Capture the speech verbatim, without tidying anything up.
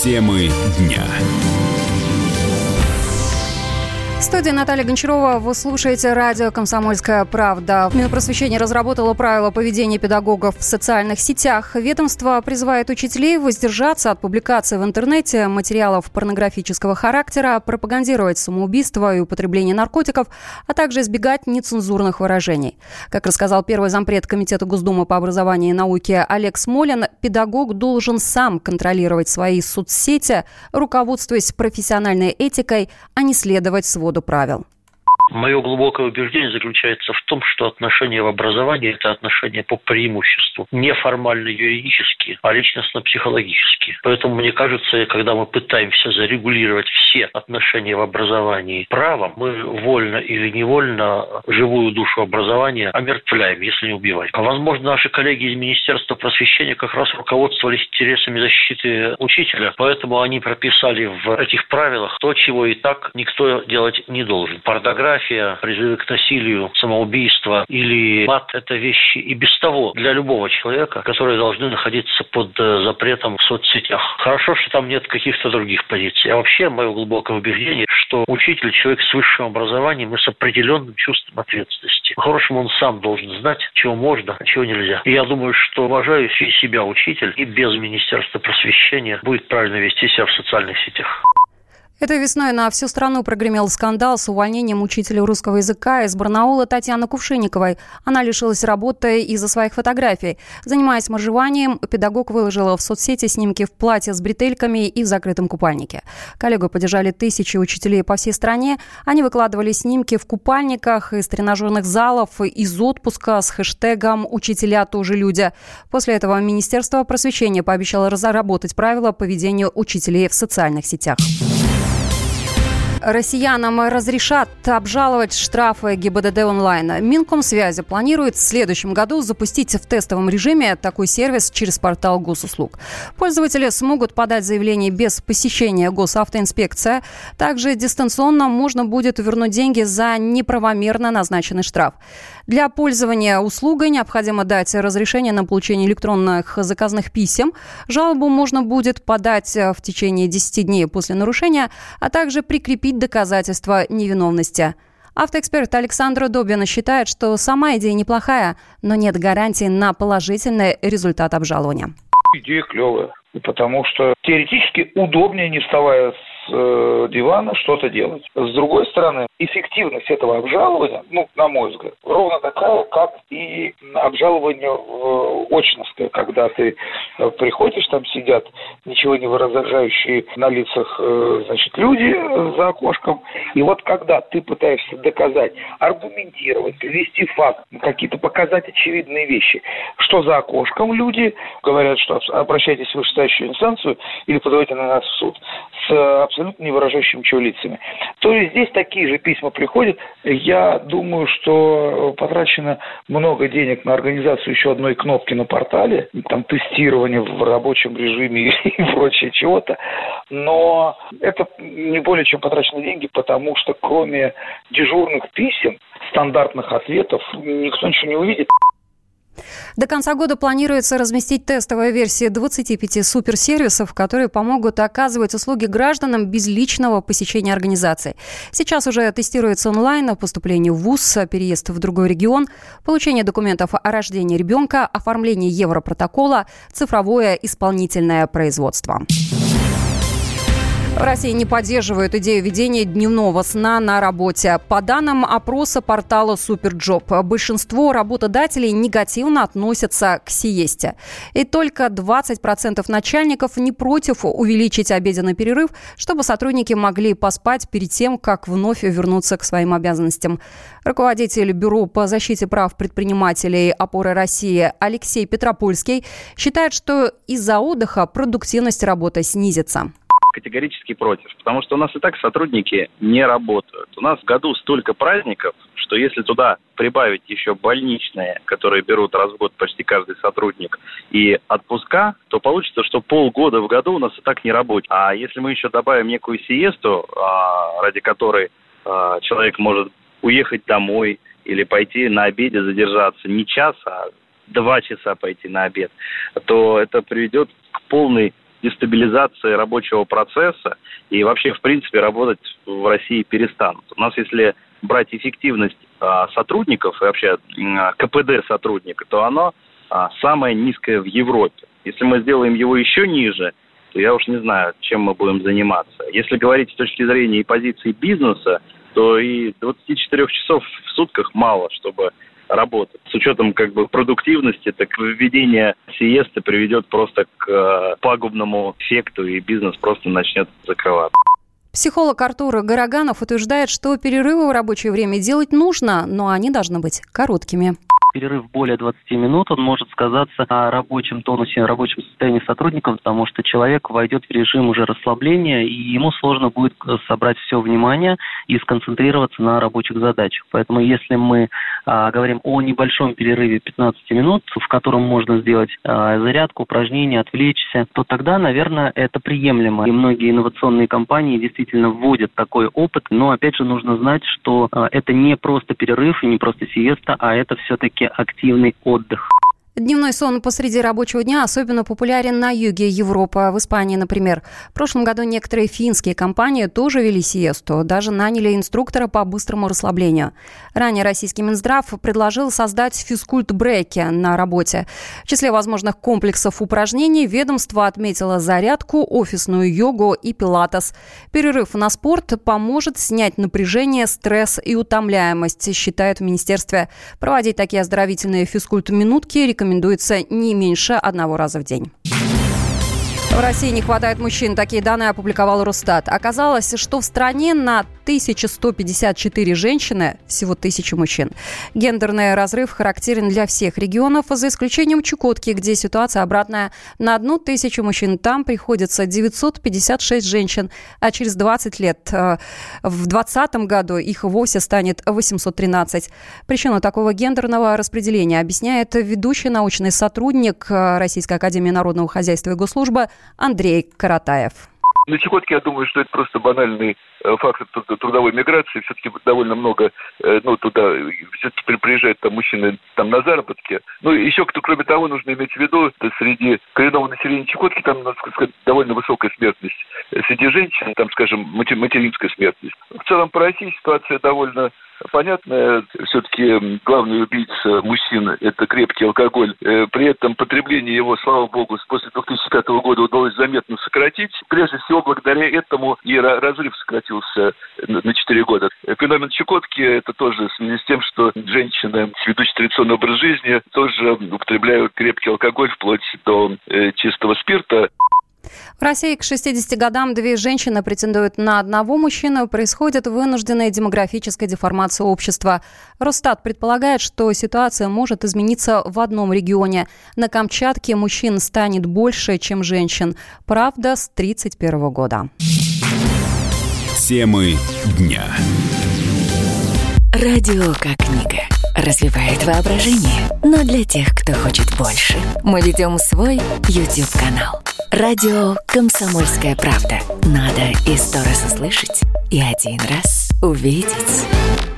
Темы дня. В студии Наталья Гончарова. Вы слушаете радио «Комсомольская правда». Минпросвещение разработало правила поведения педагогов в социальных сетях. Ведомство призывает учителей воздержаться от публикации в интернете материалов порнографического характера, пропагандировать самоубийство и употребление наркотиков, а также избегать нецензурных выражений. Как рассказал первый зампред Комитета Госдумы по образованию и науке Олег Смолин, педагог должен сам контролировать свои соцсети, руководствуясь профессиональной этикой, а не следовать своду правил. Мое глубокое убеждение заключается в том, что отношения в образовании – это отношения по преимуществу. Не формально юридические, а личностно-психологические. Поэтому, мне кажется, когда мы пытаемся зарегулировать все отношения в образовании правом, мы вольно или невольно живую душу образования омертвляем, если не убиваем. А возможно, наши коллеги из Министерства просвещения как раз руководствовались интересами защиты учителя, поэтому они прописали в этих правилах то, чего и так никто делать не должен. Порнография, призывы к насилию, самоубийство или мат – это вещи и без того для любого человека, которые должны находиться под запретом в соцсетях. Хорошо, что там нет каких-то других позиций. А вообще, мое глубокое убеждение, что учитель – человек с высшим образованием и с определенным чувством ответственности. По-хорошему, он сам должен знать, чего можно, а чего нельзя. И я думаю, что уважающий себя учитель и без Министерства просвещения будет правильно вести себя в социальных сетях. Этой весной на всю страну прогремел скандал с увольнением учителя русского языка из Барнаула Татьяны Кувшинниковой. Она лишилась работы из-за своих фотографий. Занимаясь моржеванием, педагог выложила в соцсети снимки в платье с бретельками и в закрытом купальнике. Коллегу поддержали тысячи учителей по всей стране. Они выкладывали снимки в купальниках из тренажерных залов, из отпуска с хэштегом «Учителя тоже люди». После этого Министерство просвещения пообещало разработать правила поведения учителей в социальных сетях. Россиянам разрешат обжаловать штрафы ГИБДД онлайн. Минкомсвязи планирует в следующем году запустить в тестовом режиме такой сервис через портал госуслуг. Пользователи смогут подать заявление без посещения госавтоинспекции. Также дистанционно можно будет вернуть деньги за неправомерно назначенный штраф. Для пользования услугой необходимо дать разрешение на получение электронных заказных писем. Жалобу можно будет подать в течение десяти дней после нарушения, а также прикрепить доказательства невиновности. Автоэксперт Александра Добина считает, что сама идея неплохая, но нет гарантии на положительный результат обжалования. Идея клевая, потому что теоретически удобнее, не вставая с э, дивана, что-то делать. С другой стороны, эффективность этого обжалования, ну, на мой взгляд, ровно такая, как и обжалование э, очностное, когда ты э, приходишь, там сидят ничего не выражающие на лицах, э, значит, люди э, за окошком, и вот когда ты пытаешься доказать, аргументировать, привести факт, какие-то показать очевидные вещи, что за окошком люди говорят, что обращайтесь в вышестоящую инстанцию или подавайте на нас в суд с абсолютно не выражающими ничего лицами. То есть здесь такие же письма приходят. Я думаю, что потрачено много денег на организацию еще одной кнопки на портале, там тестирование в рабочем режиме и прочее чего-то. Но это не более чем потрачены деньги, потому что кроме дежурных писем, стандартных ответов, никто ничего не увидит. До конца года планируется разместить тестовые версии двадцати пяти суперсервисов, которые помогут оказывать услуги гражданам без личного посещения организаций. Сейчас уже тестируется онлайн поступление в вуз, переезд в другой регион, получение документов о рождении ребенка, оформление европротокола, цифровое исполнительное производство. В России не поддерживают идею ведения дневного сна на работе. По данным опроса портала Суперджоп, большинство работодателей негативно относятся к сиесте. И только двадцать процентов начальников не против увеличить обеденный перерыв, чтобы сотрудники могли поспать перед тем, как вновь вернуться к своим обязанностям. Руководитель Бюро по защите прав предпринимателей «Опоры России» Алексей Петропольский считает, что из-за отдыха продуктивность работы снизится. Категорически против, потому что у нас и так сотрудники не работают. У нас в году столько праздников, что если туда прибавить еще больничные, которые берут раз в год почти каждый сотрудник, и отпуска, то получится, что полгода в году у нас и так не работает. А если мы еще добавим некую сиесту, ради которой человек может уехать домой или пойти на обеде задержаться не час, а два часа пойти на обед, то это приведет к полной дестабилизации рабочего процесса и вообще, в принципе, работать в России перестанут. У нас, если брать эффективность а, сотрудников и вообще а, ка пэ дэ сотрудника, то оно а, самое низкое в Европе. Если мы сделаем его еще ниже, то я уж не знаю, чем мы будем заниматься. Если говорить с точки зрения и позиции бизнеса, то и двадцати четырёх часов в сутках мало, чтобы работать. С учетом как бы продуктивности, так введение сиесты приведет просто к э, пагубному эффекту, и бизнес просто начнет закрываться. Психолог Артур Гороганов утверждает, что перерывы в рабочее время делать нужно, но они должны быть короткими. Перерыв более двадцати минут, он может сказаться на рабочем тонусе, рабочем состоянии сотрудников, потому что человек войдет в режим уже расслабления, и ему сложно будет собрать все внимание и сконцентрироваться на рабочих задачах. Поэтому если мы а, говорим о небольшом перерыве пятнадцати минут, в котором можно сделать а, зарядку, упражнения, отвлечься, то тогда, наверное, это приемлемо. И многие инновационные компании действительно вводят такой опыт, но опять же нужно знать, что а, это не просто перерыв и не просто сиеста, а это все-таки активный отдых. Дневной сон посреди рабочего дня особенно популярен на юге Европы, в Испании, например. В прошлом году некоторые финские компании тоже вели сиесту, даже наняли инструктора по быстрому расслаблению. Ранее российский Минздрав предложил создать физкульт-бреки на работе. В числе возможных комплексов упражнений ведомство отметило зарядку, офисную йогу и пилатес. Перерыв на спорт поможет снять напряжение, стресс и утомляемость, считают в министерстве. Проводить такие оздоровительные физкульт-минутки рекомендуется рекомендуется не меньше одного раза в день. В России не хватает мужчин. Такие данные опубликовал Росстат. Оказалось, что в стране на тысяча сто пятьдесят четыре женщины всего тысяча мужчин. Гендерный разрыв характерен для всех регионов, за исключением Чукотки, где ситуация обратная. На одну тысячу мужчин там приходится девятьсот пятьдесят шесть женщин, а через двадцать лет, в двадцатом году, их вовсе станет восемьсот тринадцать. Причину такого гендерного распределения объясняет ведущий научный сотрудник Российской академии народного хозяйства и госслужбы Андрей Каратаев. На Чукотке, я думаю, что это просто банальный фактор трудовой миграции. Все-таки довольно много, ну, туда все-таки приезжают там мужчины там на заработки. Ну, еще, кто, кроме того, нужно иметь в виду, что среди коренного населения Чукотки там, надо сказать, довольно высокая смертность. Среди женщин, там, скажем, материнская смертность. В целом, по России ситуация довольно понятно, все-таки главный убийца мужчин – это крепкий алкоголь. При этом потребление его, слава богу, после две тысячи пятого года удалось заметно сократить. Прежде всего, благодаря этому и разрыв сократился на четыре года. Феномен Чукотки – это тоже в связи с тем, что женщины, ведущие традиционный образ жизни, тоже употребляют крепкий алкоголь вплоть до чистого спирта. В России к шестидесяти годам две женщины претендуют на одного мужчину. Происходит вынужденная демографическая деформация общества. Росстат предполагает, что ситуация может измениться в одном регионе. На Камчатке мужчин станет больше, чем женщин. Правда, с тридцать первого года. Темы дня. Радио как книга. Развивает воображение. Но для тех, кто хочет больше, мы ведем свой YouTube-канал. Радио «Комсомольская правда». Надо и сто раз услышать, и один раз увидеть.